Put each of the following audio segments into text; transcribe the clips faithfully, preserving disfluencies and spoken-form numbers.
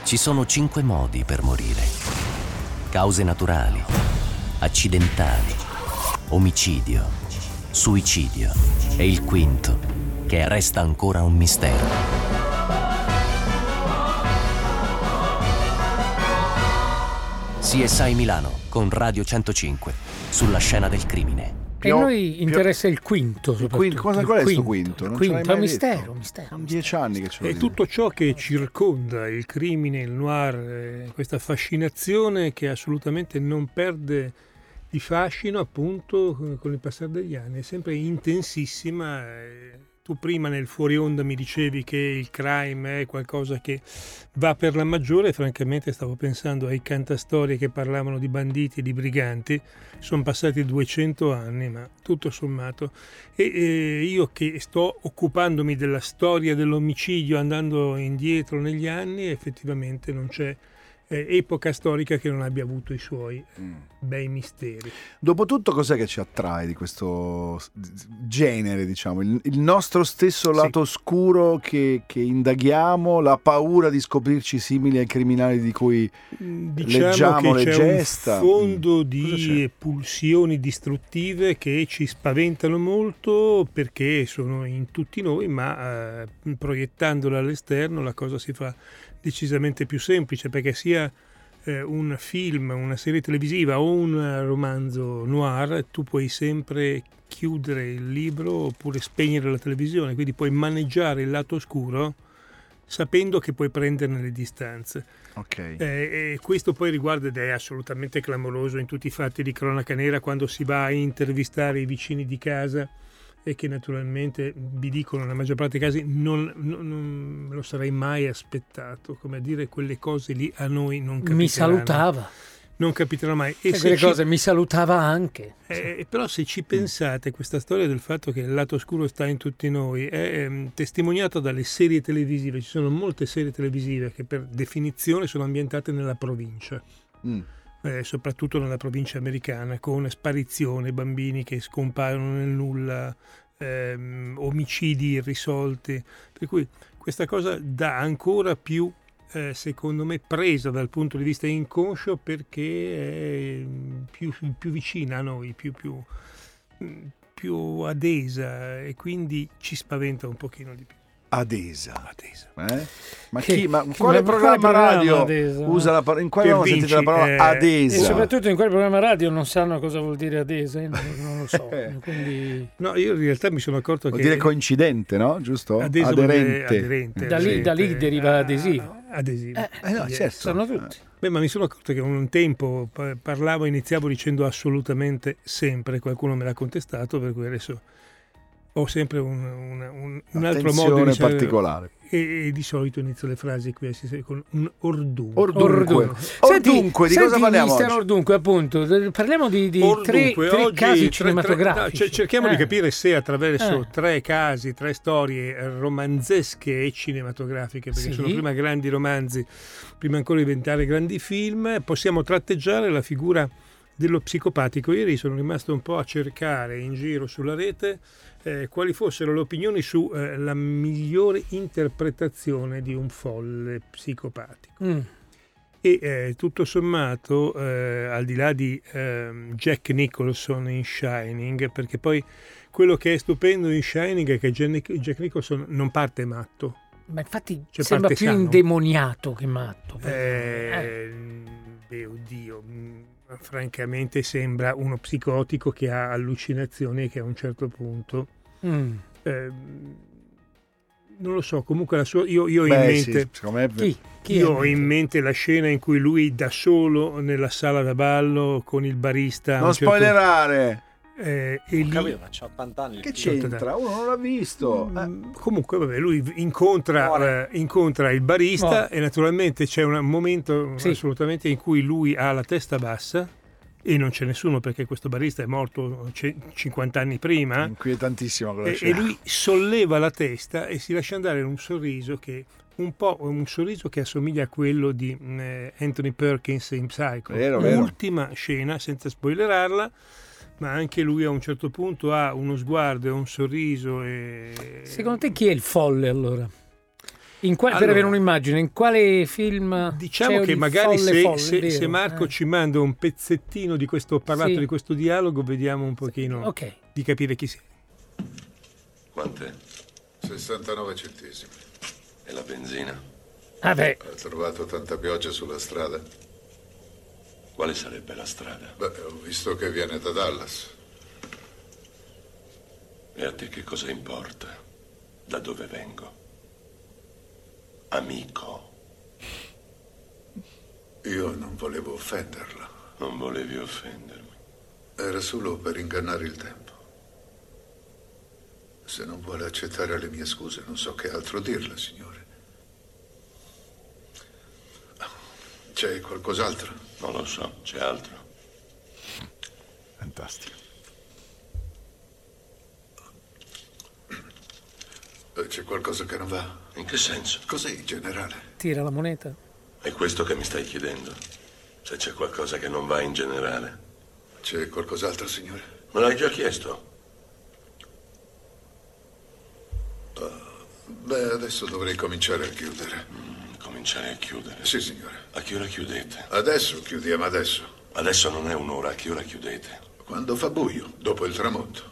Ci sono cinque modi per morire: cause naturali, accidentali, omicidio, suicidio e il quinto, che resta ancora un mistero. C S I Milano con Radio centocinque sulla scena del crimine. E a noi interessa il quinto, il quinto. Cosa, qual è questo quinto? Il Non quinto è un mistero, un mistero. Sono dieci anni che ce lo È dico. tutto ciò che circonda il crimine, il noir, eh, questa fascinazione che assolutamente non perde di fascino, appunto, con il passare degli anni. È sempre intensissima. Eh, tu prima nel fuori onda mi dicevi che il crime è qualcosa che va per la maggiore, e francamente stavo pensando ai cantastorie che parlavano di banditi e di briganti. Sono passati duecento anni, ma tutto sommato. E eh, io che sto occupandomi della storia dell'omicidio, andando indietro negli anni, effettivamente non c'è eh, epoca storica che non abbia avuto i suoi Mm. bei misteri. Dopotutto, cos'è che ci attrae di questo genere, diciamo? Il, il nostro stesso lato Sì. oscuro che, che indaghiamo, la paura di scoprirci simili ai criminali di cui Diciamo leggiamo che le c'è gesta. un fondo Mm. Cosa di c'è? pulsioni distruttive che ci spaventano molto, perché sono in tutti noi, ma eh, proiettandole all'esterno la cosa si fa decisamente più semplice, perché sia eh, un film, una serie televisiva o un romanzo noir, tu puoi sempre chiudere il libro oppure spegnere la televisione, quindi puoi maneggiare il lato oscuro sapendo che puoi prenderne le distanze. Ok. Eh, e questo poi riguarda, ed è assolutamente clamoroso in tutti i fatti di cronaca nera, quando si va a intervistare i vicini di casa e che naturalmente vi dicono nella maggior parte dei casi non, non, non me lo sarei mai aspettato, come a dire, quelle cose lì a noi non capiteranno. Mi salutava. Non capiterà mai. E E se quelle ci- cose mi salutava anche. eh, però se ci pensate, questa storia del fatto che il lato oscuro sta in tutti noi è ehm, testimoniata dalle serie televisive. Ci sono molte serie televisive che per definizione sono ambientate nella provincia, Mm. eh, soprattutto nella provincia americana, con sparizioni, bambini che scompaiono nel nulla, ehm, omicidi irrisolti. Per cui questa cosa dà ancora più, eh, secondo me, presa dal punto di vista inconscio, perché è più, più vicina a noi, più, più, più adesa, e quindi ci spaventa un pochino di più. Adesa. Adesa. Eh? Ma Che- chi? Ma che- quale ma programma quale programma radio Adesa? usa la parola? In quale Che abbiamo sentito la vinci, parola eh, adesa? E soprattutto in quel programma radio non sanno cosa vuol dire adesa, io non, non lo so. Quindi No, io in realtà mi sono accorto Vuol che dire coincidente, no? Giusto? adeso vuol dire Aderente. aderente, Da lì- da lì aderente. deriva Ah, adesivo. adesivo. Eh no, Yes. certo. sono tutti. Beh, ma mi sono accorto che un tempo pa- parlavo, iniziavo dicendo assolutamente sempre, qualcuno me l'ha contestato, per cui adesso ho sempre un, un- un- un altro modo Attenzione di diciamo, particolare. e, e di solito inizio le frasi qui si- con un ordunque. Ordunque. Senti, Ordunque, di senti, cosa parliamo mister oggi? Ordunque, appunto, de- parliamo di, di tre, Ordunque, tre oggi casi tre- cinematografici. tre- no, c- cerchiamo Eh. di capire se attraverso Eh. tre casi, tre storie romanzesche e cinematografiche, perché Sì. sono prima grandi romanzi, prima ancora diventare grandi film, possiamo tratteggiare la figura dello psicopatico. Ieri sono rimasto un po' a cercare in giro sulla rete eh, quali fossero le opinioni su eh, la migliore interpretazione di un folle psicopatico. Mm. E eh, tutto sommato, eh, al di là di ehm, Jack Nicholson in Shining, perché poi quello che è stupendo in Shining è che Jack Jack Nicholson non parte matto. Ma infatti Cioè, sembra parte più sano. indemoniato che matto. Eh. Eh, beh, oddio, mh, francamente sembra uno psicotico che ha allucinazioni e che a un certo punto... Mm. ehm, non lo so, comunque la sua, io, io ho in Beh, mente... sì, secondo me Chi? Chi Io è? ho in mente la scena in cui lui da solo nella sala da ballo con il barista. a non un certo- spoilerare. eh, e lì, Capito, ma c'ha ottanta anni. Che il figlio. c'entra? Uno non l'ha visto. Eh. Mm, comunque vabbè, lui incontra, Muore. eh, incontra il barista Muore. e naturalmente c'è un momento Sì. assolutamente in cui lui ha la testa bassa e non c'è nessuno, perché questo barista è morto ce- cinquanta anni prima, Inquietantissima quella e, e scena. lui solleva la testa e si lascia andare in un sorriso che un po' un sorriso che assomiglia a quello di mm, eh, Anthony Perkins in Psycho. Vero, vero. Ultima scena, senza spoilerarla, ma anche lui a un certo punto ha uno sguardo e un sorriso. E... Secondo te chi è il folle allora? In quale, Allora, per avere un'immagine, in quale film? Diciamo c'è che di magari folle, se, folle, se- vero? se Marco Eh. ci manda un pezzettino di questo, ho parlato Sì. di questo dialogo, vediamo un pochino Ok. di capire chi sei. Quant'è? sessantanove centesimi. E la benzina? Ah beh, Ha trovato tanta pioggia sulla strada? Quale sarebbe la strada? Beh, ho visto che viene da Dallas. E a te che cosa importa? Da dove vengo? Amico. Io non volevo offenderla. Non volevi offendermi. Era solo per ingannare il tempo. Se non vuole accettare le mie scuse, non so che altro dirle, signore. C'è qualcos'altro? Non lo so, c'è altro. Fantastico. C'è qualcosa che non va? In che senso? Così, in generale. tira la moneta. È questo che mi stai chiedendo? Se c'è qualcosa che non va in generale? C'è qualcos'altro, signore? Me l'hai già chiesto? Beh, adesso dovrei cominciare a chiudere. Mm, cominciare a chiudere? Sì, signore. A che ora chiudete? Adesso chiudiamo, adesso. Adesso non è un'ora, a che ora chiudete? Quando fa buio, dopo il tramonto.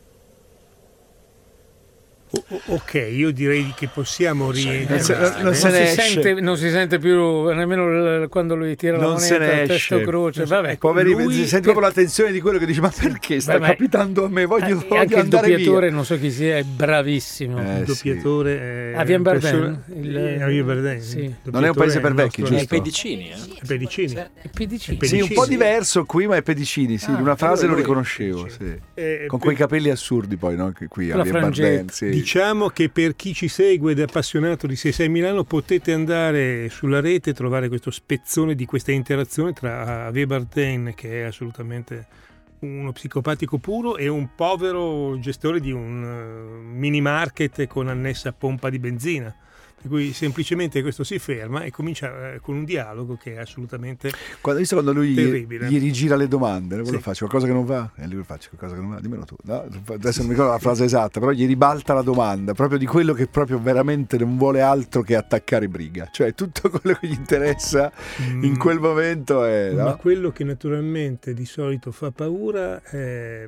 O- o- ok, io direi che possiamo Non se- rientrare. non se non, ne si esce. sente, non si sente più nemmeno l- quando lui tira la Non se moneta, ne il testo esce. croce. Vabbè, Poveri, lui- si sente proprio la tensione di quello che dice: ma perché sta Beh, ma- capitando a me? Voglio, Eh, voglio anche il andare doppiatore, via. non so chi sia, è bravissimo. Eh, Il doppiatore è Javier una Bardem, persona- il- eh, Javier Bardem, sì. il Non è un paese doppiatore per il vecchi, nostro- giusto? I pedicini, eh? I pedicini. Il P D C. Il Sì, un Pedicini. po' diverso qui, ma è Pedicini. Sì, Ah, una frase lo lui- riconoscevo. Sì. Eh, Con per- quei capelli assurdi, poi, no? Che qui Con la Javier Bardem, frangetta. sì. Diciamo che per chi ci segue ed è appassionato di sei sei Milano potete andare sulla rete e trovare questo spezzone di questa interazione tra Javier Bardem, che è assolutamente uno psicopatico puro, e un povero gestore di un eh, mini market con annessa pompa di benzina. Per cui semplicemente questo si ferma e comincia eh, con un dialogo che è assolutamente Quando, visto quando lui gli, terribile. gli rigira le domande, quello Sì. faccio qualcosa che non va, e lui faccio qualcosa che non va, dimmelo tu. No, adesso non mi ricordo la frase esatta, però gli ribalta la domanda, proprio di quello che proprio veramente non vuole altro che attaccare briga. Cioè tutto quello che gli interessa in Mm. quel momento è... no? Ma quello che naturalmente di solito fa paura è,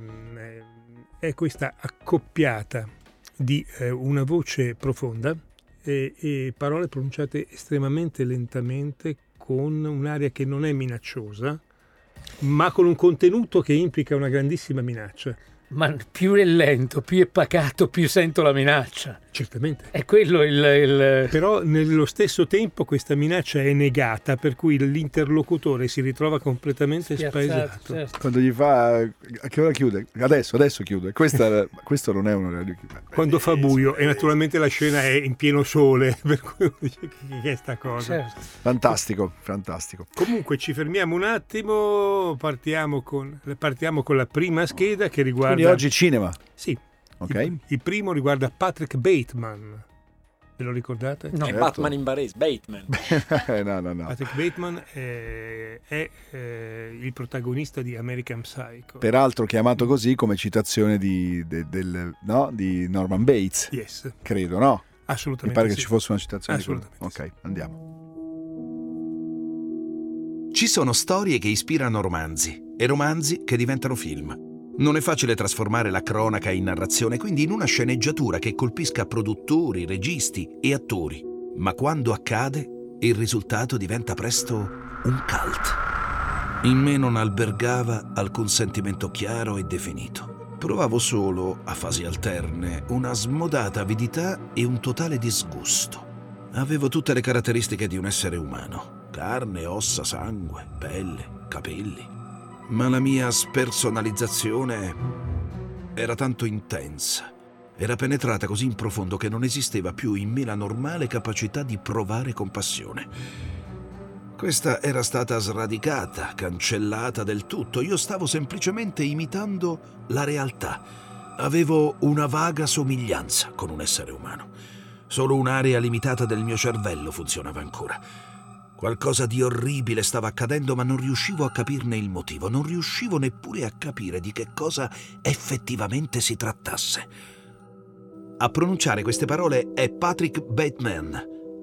è questa accoppiata di eh, una voce profonda e, e parole pronunciate estremamente lentamente, con un'aria che non è minacciosa, ma con un contenuto che implica una grandissima minaccia. Ma più è lento, più è pacato, più sento la minaccia. Certamente. È quello il... il... Però nello stesso tempo questa minaccia è negata, per cui l'interlocutore si ritrova completamente spiazzato, spaesato. certo. Quando gli fa... A che ora chiude? Adesso, adesso chiude. Questa, questo non è un orario chiude. Quando fa buio, e naturalmente la scena è in pieno sole, per cui uno dice che che è sta cosa. Certo. Fantastico, fantastico. Comunque ci fermiamo un attimo, partiamo con, partiamo con la prima scheda che riguarda... Quindi oggi cinema, Sì, ok? il, il primo riguarda Patrick Bateman. Ve lo ricordate? No. È Certo. Batman in barese, Bateman. no, no, no. Patrick Bateman è, è, eh, il protagonista di American Psycho. Peraltro chiamato così come citazione di, de- del, no? di Norman Bates, Yes, credo, no? Mi assolutamente pare che sì. ci fosse una citazione di quello. Assolutamente Ok, andiamo. Ci sono storie che ispirano romanzi e romanzi che diventano film. Non è facile trasformare la cronaca in narrazione, quindi in una sceneggiatura che colpisca produttori, registi e attori. Ma quando accade, il risultato diventa presto un cult. In me non albergava alcun sentimento chiaro e definito. Provavo solo, a fasi alterne, una smodata avidità e un totale disgusto. Avevo tutte le caratteristiche di un essere umano: carne, ossa, sangue, pelle, capelli. Ma la mia spersonalizzazione era tanto intensa, era penetrata così in profondo che non esisteva più in me la normale capacità di provare compassione. Questa era stata sradicata, cancellata del tutto. Io stavo semplicemente imitando la realtà. Avevo una vaga somiglianza con un essere umano. Solo un'area limitata del mio cervello funzionava ancora. Qualcosa di orribile stava accadendo, ma non riuscivo a capirne il motivo, non riuscivo neppure a capire di che cosa effettivamente si trattasse. A pronunciare queste parole è Patrick Bateman,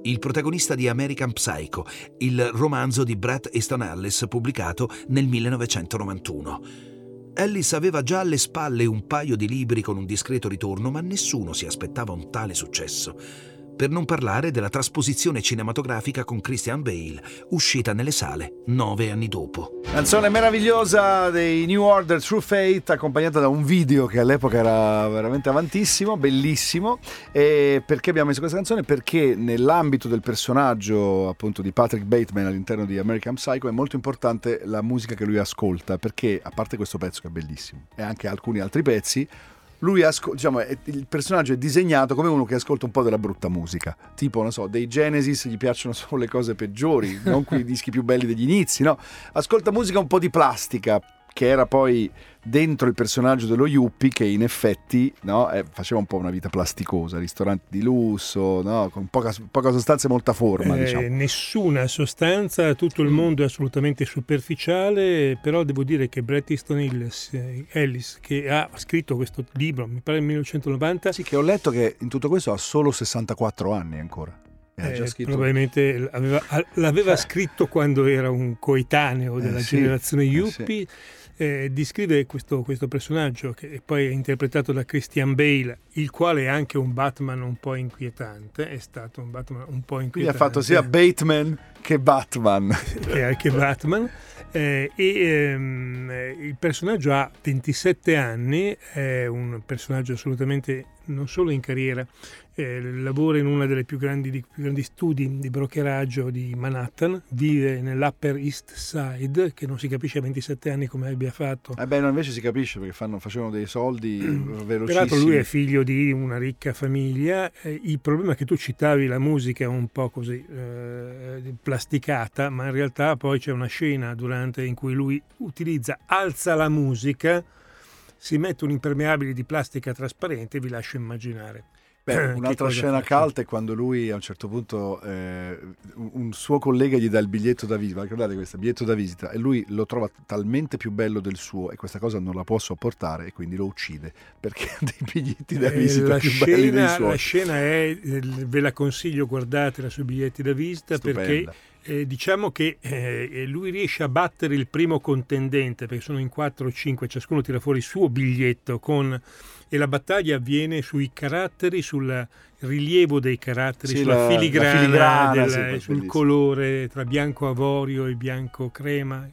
il protagonista di American Psycho, il romanzo di Bret Easton Ellis pubblicato nel millenovecentonovantuno. Ellis aveva già alle spalle un paio di libri con un discreto ritorno, ma nessuno si aspettava un tale successo. Per non parlare della trasposizione cinematografica con Christian Bale, uscita nelle sale nove anni dopo. Canzone meravigliosa dei New Order, True Fate, accompagnata da un video che all'epoca era veramente avantissimo, bellissimo. E perché abbiamo messo questa canzone? Perché nell'ambito del personaggio appunto di Patrick Bateman all'interno di American Psycho è molto importante la musica che lui ascolta, perché a parte questo pezzo che è bellissimo e anche alcuni altri pezzi, lui asco- diciamo, è, il personaggio è disegnato come uno che ascolta un po' della brutta musica, tipo, non so, dei Genesis gli piacciono solo le cose peggiori, non quei dischi più belli degli inizi, no? Ascolta musica un po' di plastica, che era poi dentro il personaggio dello Yuppie, che in effetti, no, eh, faceva un po' una vita plasticosa, ristoranti di lusso, no, con poca, poca sostanza e molta forma, eh, diciamo. Nessuna sostanza, tutto il mondo è assolutamente superficiale, però devo dire che Bret Easton Ellis, Ellis che ha scritto questo libro, mi pare nel millenovecentonovanta... Sì, che ho letto che in tutto questo ha solo sessantaquattro anni ancora. Eh, già scritto... Probabilmente aveva, l'aveva scritto quando era un coetaneo della eh, sì, generazione Yuppie. eh, sì. Eh, descrive questo, questo personaggio che poi è interpretato da Christian Bale, il quale è anche un Batman un po' inquietante, è stato un Batman un po' inquietante. Quindi ha fatto sia Bateman che Batman. Che anche Batman. Eh, e ehm, il personaggio ha ventisette anni, è un personaggio assolutamente non solo in carriera, eh, lavora in una delle più grandi, di, più grandi studi di brokeraggio di Manhattan, vive nell'Upper East Side, che non si capisce a ventisette anni come abbia fatto. Eh beh, no, invece si capisce perché fanno, facevano dei soldi velocissimi. Peraltro lui è figlio di una ricca famiglia, eh, il problema è che tu citavi la musica un po' così eh, plasticata, ma in realtà poi c'è una scena durante in cui lui utilizza, alza la musica, si mette un impermeabile di plastica trasparente e vi lascio immaginare. Beh, un'altra scena cult è quando lui a un certo punto eh, un suo collega gli dà il biglietto da visita, ricordate questo, biglietto da visita, e lui lo trova talmente più bello del suo e questa cosa non la può sopportare e quindi lo uccide perché ha dei biglietti da visita la più scena, belli dei suoi. La scena è, ve la consiglio, guardatela sui biglietti da visita. Stupenda. Perché eh, diciamo che eh, lui riesce a battere il primo contendente, perché sono in quattro o cinque, ciascuno tira fuori il suo biglietto con... e la battaglia avviene sui caratteri, sul rilievo dei caratteri, sì, sulla la, filigrana, la filigrana del, sì, sul bellissimo. Colore tra bianco avorio e bianco crema.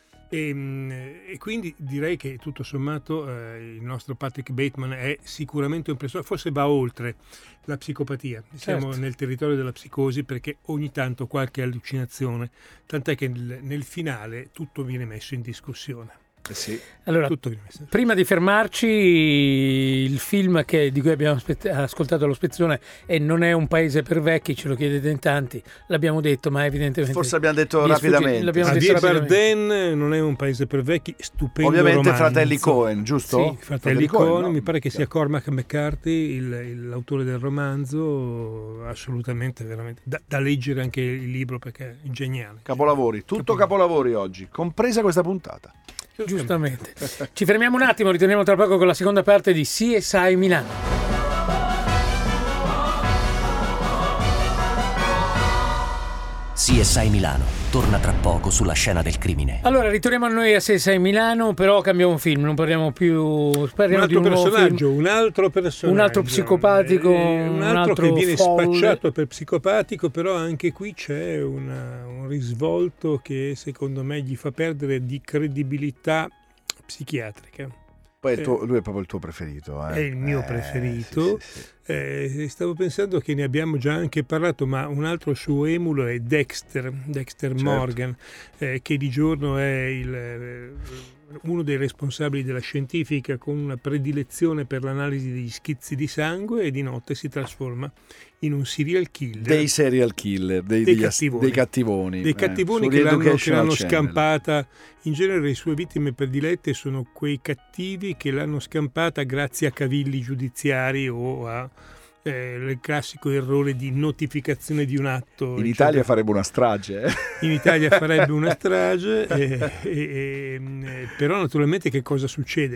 E, e quindi direi che tutto sommato eh, il nostro Patrick Bateman è sicuramente un personaggio, forse va oltre la psicopatia, siamo certo. nel territorio della psicosi, perché ogni tanto qualche allucinazione, tant'è che nel, nel finale tutto viene messo in discussione. Eh sì. Allora, prima di fermarci, il film che, di cui abbiamo aspe- ascoltato lo spezzone è Non è un paese per vecchi, ce lo chiedete in tanti, l'abbiamo detto, ma evidentemente forse abbiamo detto rapidamente. L'abbiamo detto Bardem, Non è un paese per vecchi, stupendo ovviamente romanzo. Fratelli Coen, giusto? Sì, Fratelli, fratelli Coen, Coen no? Mi pare che sia Chiaro. Cormac McCarthy il, il, l'autore del romanzo, assolutamente veramente da, da leggere anche il libro perché è geniale. Capolavori, tutto capolavori oggi, compresa questa puntata. Giustamente. Ci fermiamo un attimo, ritorniamo tra poco con la seconda parte di C S I Milano. C S I Milano torna tra poco sulla scena del crimine. Allora, ritorniamo a noi a C S I Milano, però cambiamo film, non parliamo più parliamo un altro di un personaggio, film. un altro personaggio, un altro psicopatico, eh, un, un altro, altro che viene folle. spacciato per psicopatico, però anche qui c'è una, un risvolto che secondo me gli fa perdere di credibilità psichiatrica. Poi il tuo, lui è proprio il tuo preferito. Eh? È il mio eh, preferito. Sì, sì, sì. Eh, stavo pensando che ne abbiamo già anche parlato, ma un altro suo emulo è Dexter, Dexter Certo. Morgan, eh, che di giorno è il, eh, uno dei responsabili della scientifica con una predilezione per l'analisi degli schizzi di sangue e di notte si trasforma in un serial killer. Dei serial killer, dei, dei degli, cattivoni. dei cattivoni. Dei eh, cattivoni su che l'hanno, che l'hanno Channel. scampata. In genere le sue vittime predilette sono quei cattivi che l'hanno scampata grazie a cavilli giudiziari o a eh, il classico errore di notificazione di un atto. In eccetera. Italia farebbe una strage. Eh? In Italia farebbe una strage, e, e, e, però naturalmente che cosa succede?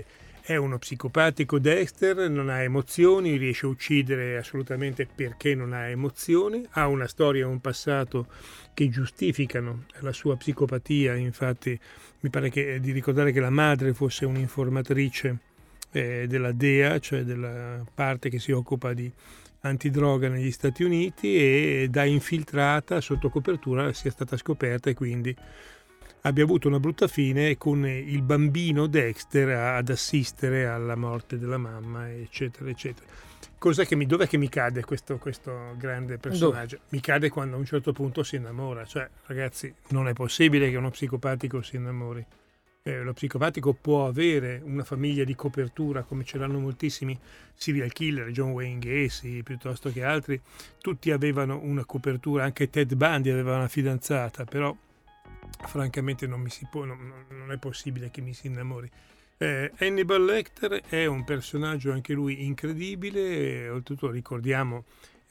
È uno psicopatico Dexter, non ha emozioni, riesce a uccidere assolutamente perché non ha emozioni, ha una storia e un passato che giustificano la sua psicopatia. Infatti mi pare che, di ricordare che la madre fosse un'informatrice eh, della D E A, cioè della parte che si occupa di antidroga negli Stati Uniti, e da infiltrata sotto copertura sia stata scoperta e quindi abbia avuto una brutta fine con il bambino Dexter ad assistere alla morte della mamma, eccetera, eccetera. Cos'è che mi, dov'è che mi cade questo, questo grande personaggio? Dove? Mi cade quando a un certo punto si innamora. Cioè, ragazzi, non è possibile che uno psicopatico si innamori. Eh, lo psicopatico può avere una famiglia di copertura, come ce l'hanno moltissimi serial killer, John Wayne Gacy piuttosto che altri. Tutti avevano una copertura, anche Ted Bundy aveva una fidanzata, però francamente non mi si può, non, non è possibile che mi si innamori. eh, Hannibal Lecter è un personaggio anche lui incredibile, oltretutto ricordiamo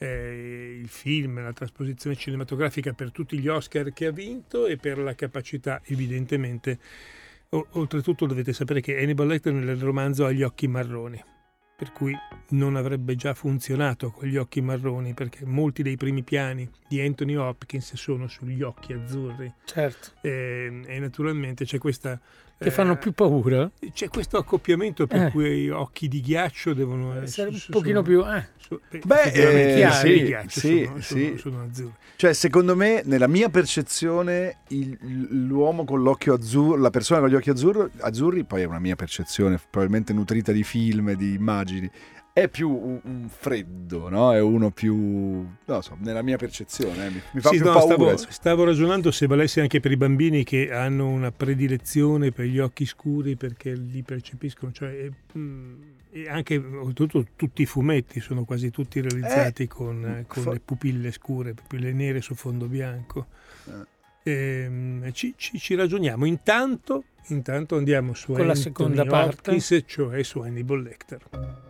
eh, il film, la trasposizione cinematografica per tutti gli Oscar che ha vinto e per la capacità evidentemente. O, oltretutto dovete sapere che Hannibal Lecter nel romanzo ha gli occhi marroni, per cui non avrebbe già funzionato con gli occhi marroni, perché molti dei primi piani di Anthony Hopkins sono sugli occhi azzurri. Certo. E, e naturalmente c'è questa... Che fanno più paura? C'è questo accoppiamento per eh. cui occhi di ghiaccio devono essere un pochino sono, più... Eh. Su, Beh, eh, chiari sì, di ghiaccio sì, sono, sì. sono, sono azzurri. Cioè, secondo me, nella mia percezione, il, l'uomo con l'occhio azzurro, la persona con gli occhi azzurri, azzurri, poi è una mia percezione, probabilmente nutrita di film, di immagini, è più un, un freddo, no? È uno più, non lo so, nella mia percezione, eh, mi, mi fa sì, più no, paura. Stavo, stavo ragionando se valesse anche per i bambini che hanno una predilezione per gli occhi scuri perché li percepiscono, cioè, e, e anche oltretutto tutti i fumetti sono quasi tutti realizzati eh, con, con fa... le pupille scure, pupille nere su fondo bianco. Eh. E, ci, ci, ci ragioniamo. Intanto, intanto andiamo su con Anthony la seconda parte, Hopkins, cioè su Hannibal Lecter.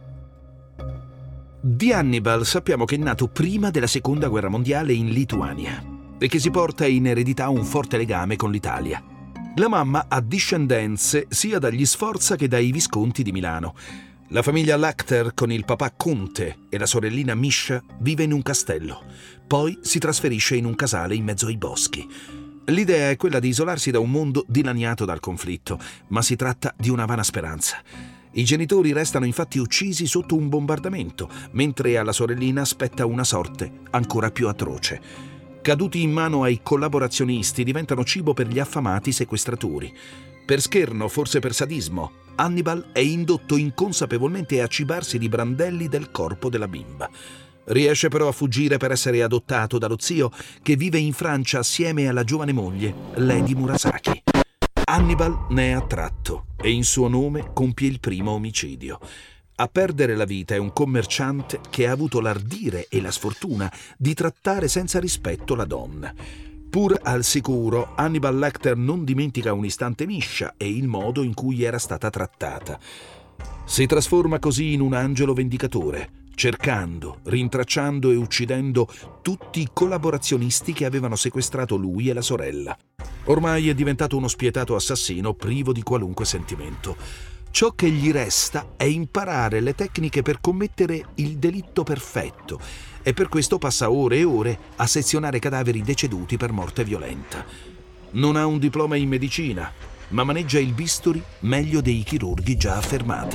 Di Hannibal sappiamo che è nato prima della seconda guerra mondiale in Lituania e che si porta in eredità un forte legame con l'Italia. La mamma ha discendenze sia dagli Sforza che dai Visconti di Milano. La famiglia Lecter con il papà Conte e la sorellina Misha vive in un castello, poi si trasferisce in un casale in mezzo ai boschi. L'idea è quella di isolarsi da un mondo dilaniato dal conflitto, ma si tratta di una vana speranza. I genitori restano infatti uccisi sotto un bombardamento, mentre alla sorellina spetta una sorte ancora più atroce. Caduti in mano ai collaborazionisti, diventano cibo per gli affamati sequestratori. Per scherno, forse per sadismo, Hannibal è indotto inconsapevolmente a cibarsi di brandelli del corpo della bimba. Riesce però a fuggire per essere adottato dallo zio che vive in Francia assieme alla giovane moglie, Lady Murasaki. Hannibal ne è attratto e in suo nome compie il primo omicidio. A perdere la vita è un commerciante che ha avuto l'ardire e la sfortuna di trattare senza rispetto la donna. Pur al sicuro, Hannibal Lecter non dimentica un istante Misha e il modo in cui era stata trattata. Si trasforma così in un angelo vendicatore, cercando, rintracciando e uccidendo tutti i collaborazionisti che avevano sequestrato lui e la sorella. Ormai è diventato uno spietato assassino privo di qualunque sentimento. Ciò che gli resta è imparare le tecniche per commettere il delitto perfetto e per questo passa ore e ore a sezionare cadaveri deceduti per morte violenta. Non ha un diploma in medicina, ma maneggia il bisturi meglio dei chirurghi già affermati.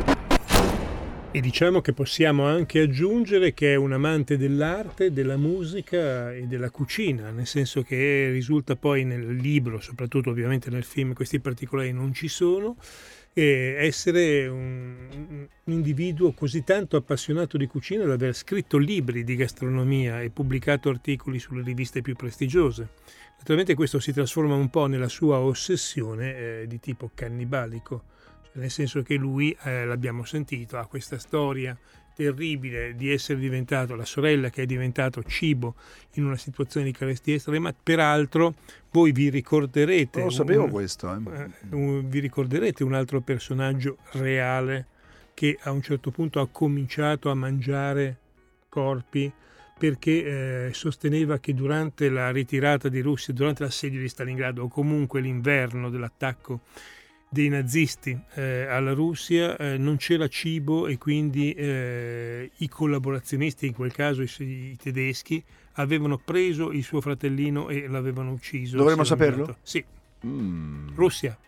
E diciamo che possiamo anche aggiungere che è un amante dell'arte, della musica e della cucina, nel senso che risulta poi nel libro, soprattutto ovviamente nel film, questi particolari non ci sono, e essere un, un individuo così tanto appassionato di cucina da aver scritto libri di gastronomia e pubblicato articoli sulle riviste più prestigiose. Naturalmente questo si trasforma un po' nella sua ossessione eh, di tipo cannibalico, nel senso che lui, eh, l'abbiamo sentito, ha questa storia terribile di essere diventato la sorella che è diventato cibo in una situazione di carestia estrema. Peraltro voi vi ricorderete, non lo sapevo un, questo, eh. un, vi ricorderete un altro personaggio reale che a un certo punto ha cominciato a mangiare corpi perché eh, sosteneva che durante la ritirata di Russia, durante l'assedio di Stalingrado o comunque l'inverno dell'attacco dei nazisti eh, alla Russia eh, non c'era cibo e quindi eh, i collaborazionisti, in quel caso i, i tedeschi, avevano preso il suo fratellino e l'avevano ucciso. Dovremmo saperlo? Sì. Mm. Russia.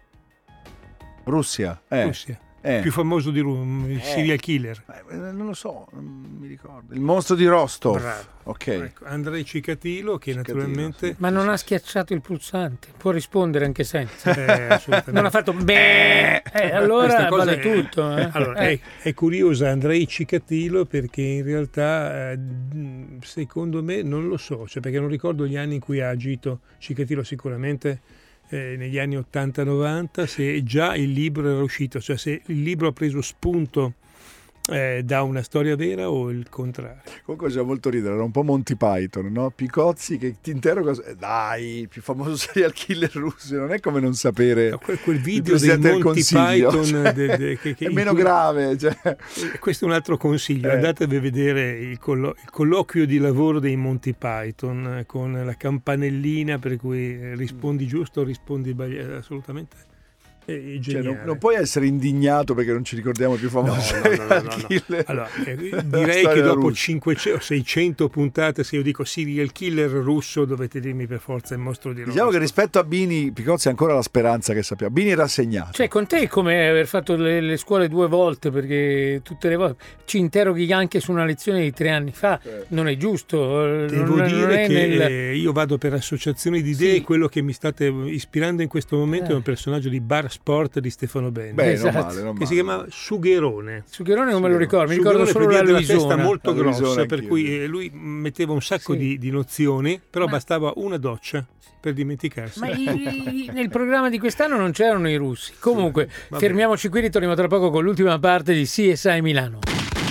Russia. Eh. Russia. Eh. Più famoso di Ru- il Eh. serial killer. Eh, non lo so, non mi ricordo. Il mostro di Rostov. Bravo. Ok. Ecco, Andrei Cicatilo, che Cicatilo, naturalmente... sì. Ma non ha schiacciato il pulsante, può rispondere anche senza. Eh, assolutamente. Non ha fatto beh, eh, allora Questa cosa vale è- tutto. Eh. Allora, Eh. è, è curiosa Andrei Cicatilo perché in realtà, eh, secondo me, non lo so, cioè perché non ricordo gli anni in cui ha agito Cicatilo, sicuramente eh, negli anni ottanta novanta, se già il libro era uscito, cioè se il libro ha preso spunto eh, da una storia vera o il contrario. Comunque c'è molto ridere, era un po' Monty Python, no? Picozzi che ti interroga, eh, dai, il più famoso serial killer russo, non è come non sapere Quel, quel il video dei Presidente del Monty Consiglio, Python cioè, de- de- che- che- è in meno cui- grave, cioè. Questo è un altro consiglio, Eh. andatevi a vedere il, collo- il colloquio di lavoro dei Monty Python eh, con la campanellina per cui eh, rispondi giusto o rispondi sbagliato, assolutamente è Cioè, geniale. non, non puoi essere indignato perché non ci ricordiamo il più famoso No, no, no, serial no, no. killer Allora, eh, della direi storia che dopo russa. cinquecento seicento puntate, se io dico serial killer russo, dovete dirmi per forza il mostro di Diciamo Rostov. che rispetto a Bini, Picozzi ha ancora la speranza che sappiamo. Bini è rassegnato. Cioè, con te è come aver fatto le, le scuole due volte, perché tutte le volte ci interroghi anche su una lezione di tre anni fa. Eh. Non è giusto. Devo non, dire non è che nel... eh, io vado per associazioni di idee Sì. e quello che mi state ispirando in questo momento Eh. è un personaggio di Bar Sport di Stefano Benni, Beh, Esatto. non male, non che si male. chiama Sugherone. Sugherone non me lo ricordo, mi ricordo Sugherone solo per la via della testa Luisona. molto La Luisona grossa, per anch'io, cui sì. eh, lui metteva un sacco Sì. di, di nozioni, però Ma- bastava una doccia per dimenticarsi. Ma i- i- nel programma di quest'anno non c'erano i russi. Comunque, va fermiamoci qui, ritorniamo tra poco con l'ultima parte di C S I Milano.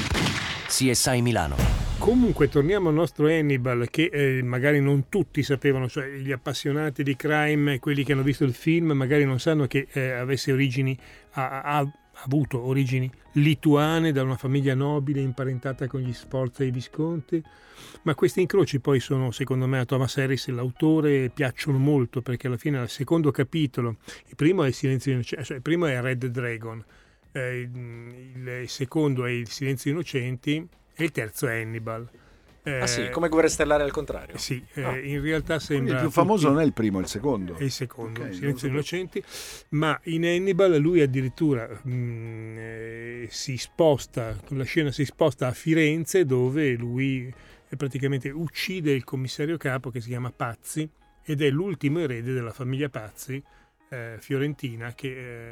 C S I Milano. Comunque torniamo al nostro Hannibal, che eh, magari non tutti sapevano, cioè gli appassionati di crime, quelli che hanno visto il film, magari non sanno che eh, avesse origini, ha, ha- ha avuto origini lituane da una famiglia nobile imparentata con gli Sforza e i Visconti, ma questi incroci poi sono, secondo me, a Thomas Harris, l'autore, piacciono molto, perché alla fine al secondo capitolo, il primo è il Silenzio Innocenti, cioè il primo è Red Dragon, eh, il, il secondo è il Silenzio Innocenti e il terzo è Hannibal. Eh, Ah sì, come Guerre Stellari al contrario. Sì, eh, Ah. in realtà Quindi sembra... il più famoso tutti- non è il primo, è il secondo. è il secondo, Ok, Silenzio non Innocenti, ma in Hannibal lui addirittura mh, eh, si sposta, la scena si sposta a Firenze, dove lui eh, praticamente uccide il commissario capo che si chiama Pazzi ed è l'ultimo erede della famiglia Pazzi eh, fiorentina che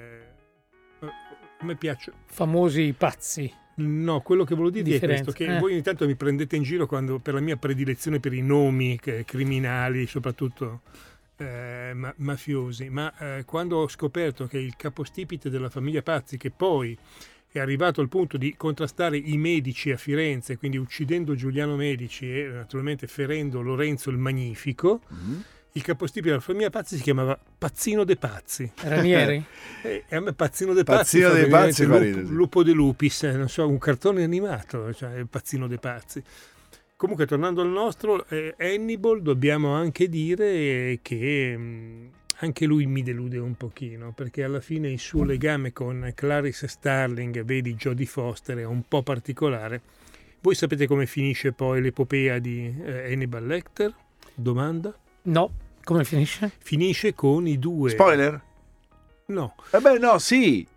eh, a me piace. Famosi pazzi. No, quello che volevo dirvi Di è questo, Firenze, che eh. voi ogni tanto mi prendete in giro quando, per la mia predilezione per i nomi che- criminali, soprattutto eh, ma- mafiosi, ma eh, quando ho scoperto che il capostipite della famiglia Pazzi, che poi è arrivato al punto di contrastare i Medici a Firenze, quindi uccidendo Giuliano Medici e naturalmente ferendo Lorenzo il Magnifico, Mhm. il capostipite della famiglia Pazzi si chiamava Pazzino de Pazzi. Ranieri? E e a me Pazzino de Pazzi Pazzino fa de venire Pazzi in fa mente ridere, Lupo, sì. Lupo de Lupis, eh, non so, un cartone animato, cioè il Pazzino de Pazzi. Comunque, tornando al nostro, eh, Hannibal, dobbiamo anche dire eh, che mh, anche lui mi delude un pochino, perché alla fine il suo legame con Clarice Starling, vedi Jodie Foster, è un po' particolare. Voi sapete come finisce poi l'epopea di eh, Hannibal Lecter? Domanda? No. Come finisce? Finisce con i due... Spoiler? No, Eh beh, no, sì.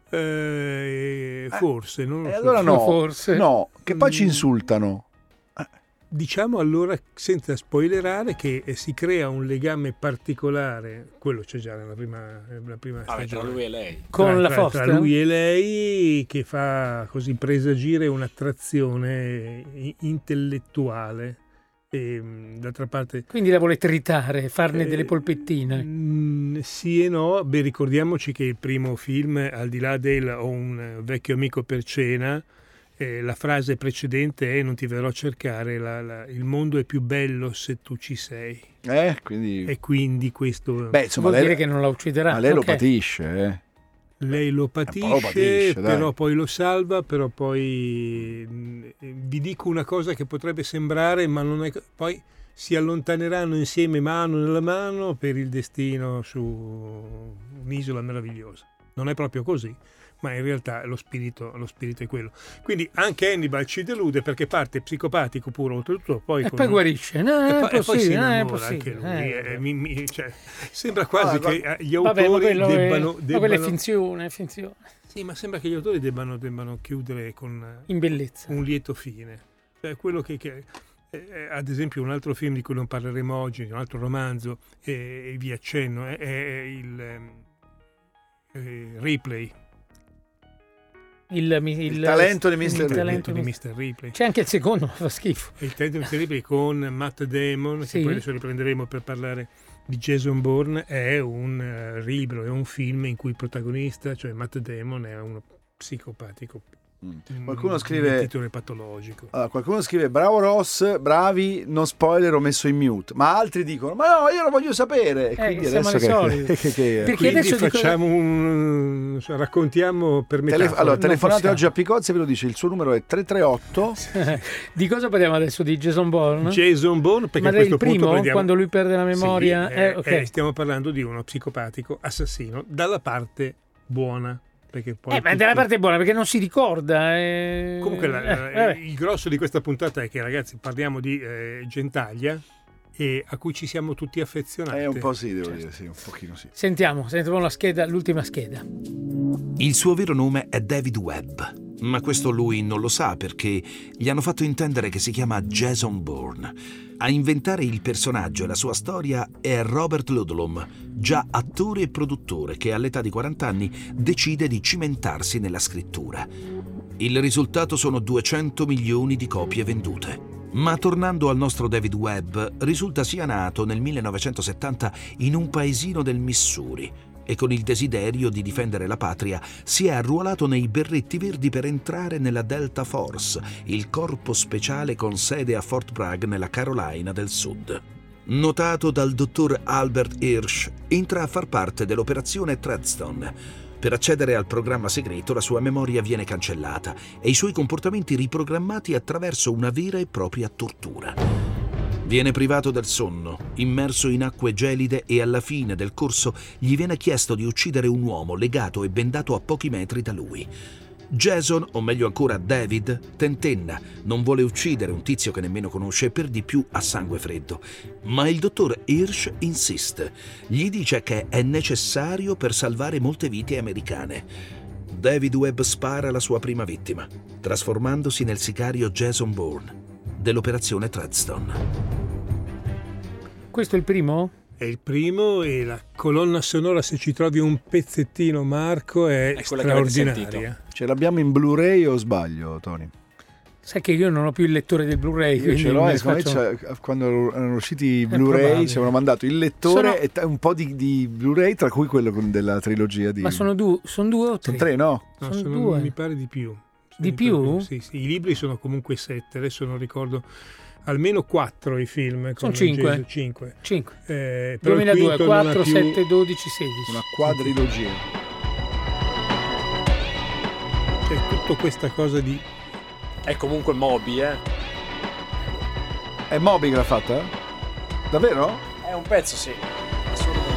eh, forse, non lo E so. allora no. Forse. No, che poi ci Mm. insultano. Diciamo allora, senza spoilerare, che eh, si crea un legame particolare, quello c'è già nella prima, nella prima Vabbè, tra stagione, lui e lei. Con tra, la tra- Foster? tra lui e lei, che fa così presagire un'attrazione i- intellettuale e mh, d'altra parte Quindi la vuole tritare, farne eh, delle polpettine. mh, sì e no. Beh, ricordiamoci che il primo film, al di là del "ho un vecchio amico per cena", eh, la frase precedente è "non ti verrò a cercare, la- la- il mondo è più bello se tu ci sei", Eh, quindi... e quindi questo Beh, insomma, Vuol lei, dire che non la ucciderà. ma lei lo Ok. patisce, eh. lei lo patisce, lo patisce, dai. però poi lo salva, però poi mh, vi dico una cosa che potrebbe sembrare, ma non è, poi si allontaneranno insieme mano nella mano per il destino su un'isola meravigliosa. non è proprio così, ma in realtà lo spirito, lo spirito è quello. Quindi anche Hannibal ci delude perché parte psicopatico puro oltretutto, poi e con poi un... guarisce, no, e, è poi, e poi si possibile, no, è innamora anche possibile. lui. Eh, eh, mi, mi, cioè, sembra quasi Ah, che gli vabbè, autori ma quello è- debbano, ma debbano... quella è finzione, è finzione. Sì, ma sembra che gli autori debbano, debbano chiudere con In bellezza. un lieto fine. Cioè, quello che, che eh, ad esempio un altro film di cui non parleremo oggi, un altro romanzo, e vi accenno, è, è il eh, Ripley. Il, il, Il talento di mister il Ripley. talento di di- mister Ripley. C'è anche il secondo, ma fa schifo. Il talento di mister Ripley con Matt Damon, Sì. che poi adesso riprenderemo per parlare di Jason Bourne, è un uh, libro, è un film in cui il protagonista, cioè Matt Damon, è uno psicopatico. Mm. Qualcuno un scrive titolo patologico. allora, qualcuno scrive bravo Ross, bravi, non spoiler, ho messo in mute, ma altri dicono ma no, io lo voglio sapere, e quindi siamo adesso alle che, solite. che, che- Perché Quindi adesso dico- facciamo un cioè, raccontiamo per Tele- metafora. allora non telefonate possiamo. oggi a Picozzi, ve lo dice, il suo numero è tre tre otto. Di cosa parliamo adesso? Di Jason Bourne? Jason Bourne, perché Ma a questo del primo, punto prendiamo... quando lui perde la memoria? Sì, eh, eh, ok. eh, stiamo parlando di uno psicopatico assassino dalla parte buona, perché poi Eh, ma tutti- dalla parte buona, perché non si ricorda. eh. comunque la- Eh, vabbè. il grosso di questa puntata è che, ragazzi, parliamo di eh, Gentaglia, e a cui ci siamo tutti affezionati. Eh, un po' sì, devo dire, sì, un pochino sì. Sentiamo, sentiamo la scheda, l'ultima scheda. Il suo vero nome è David Webb, ma questo lui non lo sa perché gli hanno fatto intendere che si chiama Jason Bourne. A inventare il personaggio e la sua storia è Robert Ludlum, già attore e produttore che all'età di quaranta anni decide di cimentarsi nella scrittura. Il risultato sono duecento milioni di copie vendute. Ma tornando al nostro David Webb, risulta sia nato nel millenovecentosettanta in un paesino del Missouri e con il desiderio di difendere la patria si è arruolato nei Berretti Verdi per entrare nella Delta Force, il corpo speciale con sede a Fort Bragg nella Carolina del Sud. Notato dal dottor Albert Hirsch, entra a far parte dell'operazione Treadstone. Per accedere al programma segreto la sua memoria viene cancellata e i suoi comportamenti riprogrammati attraverso una vera e propria tortura. Viene privato del sonno, immerso in acque gelide e alla fine del corso gli viene chiesto di uccidere un uomo legato e bendato a pochi metri da lui. Jason, o meglio ancora David, tentenna, non vuole uccidere un tizio che nemmeno conosce e per di più a sangue freddo. Ma il dottor Hirsch insiste, gli dice che è necessario per salvare molte vite americane. David Webb spara la sua prima vittima, trasformandosi nel sicario Jason Bourne dell'operazione Treadstone. Questo è il primo? È il primo, e la colonna sonora, se ci trovi un pezzettino, Marco, è, È quella che avete straordinaria. Ce l'abbiamo in Blu-ray o sbaglio, Tony? Sai che io non ho più il lettore del Blu-ray. Io quindi ce l'ho ne e secondo me faccio- c'è- quando erano usciti i È Blu-ray probabile. ci avevano mandato il lettore Sono- e t- un po' di, di Blu-ray, tra cui quello con- della trilogia di... Ma sono due, sono due o tre? Sono tre, no? No, Sono sono- due. mi pare di più. Di Mi più? pare Sì, sì, i libri sono comunque sette, adesso non ricordo, almeno quattro i film. Sono con cinque. Jason, cinque. cinque. Eh, però il duemiladue, quinto non ha quattro, più- sette, dodici, sedici. Una quadrilogia. C'è tutta questa cosa di... È comunque Moby, eh. È Moby che l'ha fatta? Davvero? È un pezzo, sì. Assolutamente.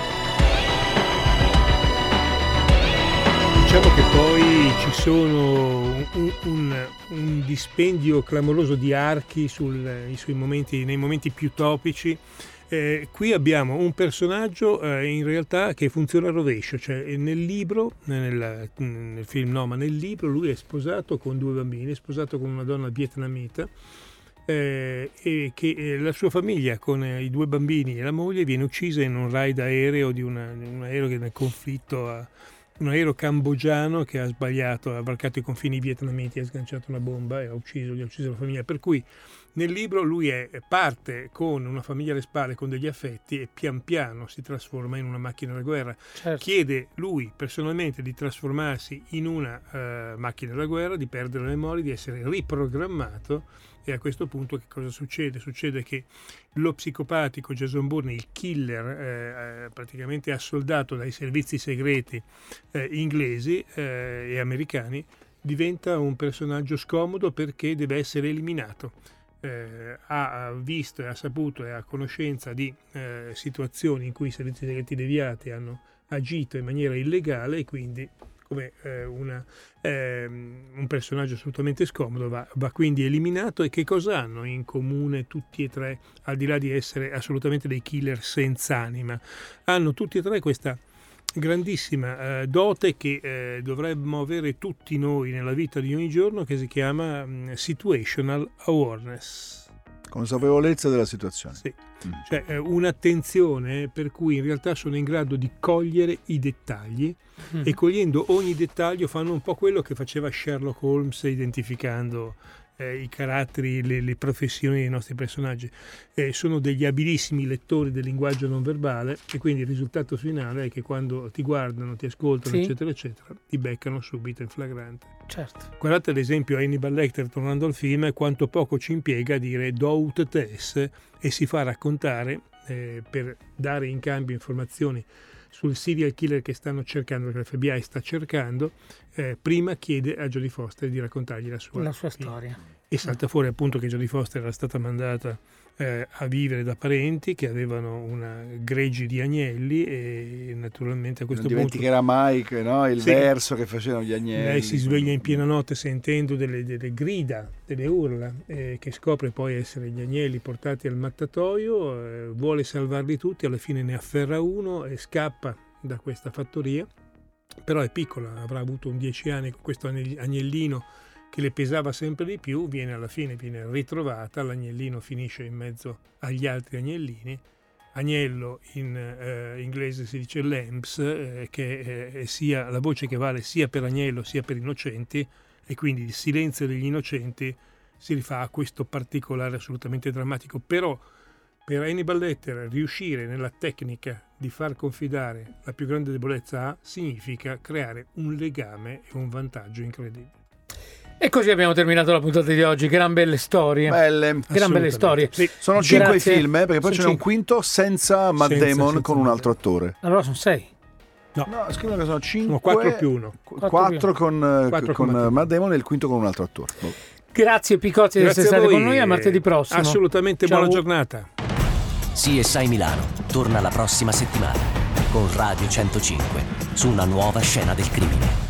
Diciamo che poi ci sono un, un- un dispendio clamoroso di archi sul- i suoi momenti, nei momenti più topici. Eh, qui abbiamo un personaggio eh, in realtà che funziona al rovescio, cioè nel libro, nel, nel film no, ma nel libro lui è sposato con due bambini, è sposato con una donna vietnamita, eh, e che eh, la sua famiglia con eh, i due bambini e la moglie viene uccisa in un raid aereo di, una, di un aereo che nel conflitto ha un aereo cambogiano che ha sbagliato, ha varcato i confini vietnamiti, ha sganciato una bomba e ha ucciso, gli ha ucciso la famiglia. Per cui nel libro lui è, parte con una famiglia alle spalle, con degli affetti, e pian piano si trasforma in una macchina da guerra. Certo. Chiede lui personalmente di trasformarsi in una uh, macchina da guerra, di perdere la memoria, di essere riprogrammato. E a questo punto che cosa succede? Succede che lo psicopatico Jason Bourne, il killer, eh, praticamente assoldato dai servizi segreti eh, inglesi eh, e americani, diventa un personaggio scomodo perché deve essere eliminato. Eh, ha visto e ha saputo e ha conoscenza di eh, situazioni in cui i servizi segreti deviati hanno agito in maniera illegale e quindi come eh, una, eh, un personaggio assolutamente scomodo va, va quindi eliminato. E che cosa hanno in comune tutti e tre, al di là di essere assolutamente dei killer senza anima? Hanno tutti e tre questa grandissima eh, dote che eh, dovremmo avere tutti noi nella vita di ogni giorno, che si chiama mh, situational awareness. Consapevolezza della situazione. Sì. Mm. Cioè eh, un'attenzione per cui in realtà sono in grado di cogliere i dettagli mm. e cogliendo ogni dettaglio fanno un po' quello che faceva Sherlock Holmes identificando eh, i caratteri, le, le professioni dei nostri personaggi. Eh, sono degli abilissimi lettori del linguaggio non verbale e quindi il risultato finale è che quando ti guardano, ti ascoltano, sì. eccetera, eccetera, ti beccano subito in flagrante. Certo. Guardate ad esempio Hannibal Lecter, tornando al film, quanto poco ci impiega a dire dout tes e si fa raccontare eh, per dare in cambio informazioni sul serial killer che stanno cercando, che l'F B I sta cercando, eh, prima chiede a Jodie Foster di raccontargli la sua, la sua storia. E salta fuori appunto che Jodie Foster era stata mandata eh, a vivere da parenti che avevano una gregge di agnelli e naturalmente a questo non punto... Non dimenticherà Mike, no? Il sì, verso che facevano gli agnelli. Lei si sveglia in piena notte sentendo delle, delle grida, delle urla, eh, che scopre poi essere gli agnelli portati al mattatoio, eh, vuole salvarli tutti, alla fine ne afferra uno e scappa da questa fattoria, però è piccola, avrà avuto un dieci anni con questo agnellino che le pesava sempre di più, viene alla fine viene ritrovata, l'agnellino finisce in mezzo agli altri agnellini, agnello in eh, inglese si dice lambs, eh, che eh, è sia la voce che vale sia per agnello sia per innocenti, e quindi il silenzio degli innocenti si rifà a questo particolare assolutamente drammatico. Però per Hannibal Lecter riuscire nella tecnica di far confidare la più grande debolezza ha significa creare un legame e un vantaggio incredibile. E così abbiamo terminato la puntata di oggi. Gran belle storie. Belle. Gran belle storie. Sì. Sono cinque Grazie. film, eh, perché poi sono c'è cinque. un quinto senza Matt Senza, Damon senza con un altro attore. Allora sono sei. No, No, scrivono che sono cinque. sono quattro più uno. quattro con, Quattro con, con Matt Matt Damon e il quinto con un altro attore. Boh. Grazie Picozzi di essere Grazie a stati voi. con noi. A martedì prossimo. Assolutamente. Ciao. Buona giornata. C S I Milano torna la prossima settimana con Radio centocinque su una nuova scena del crimine.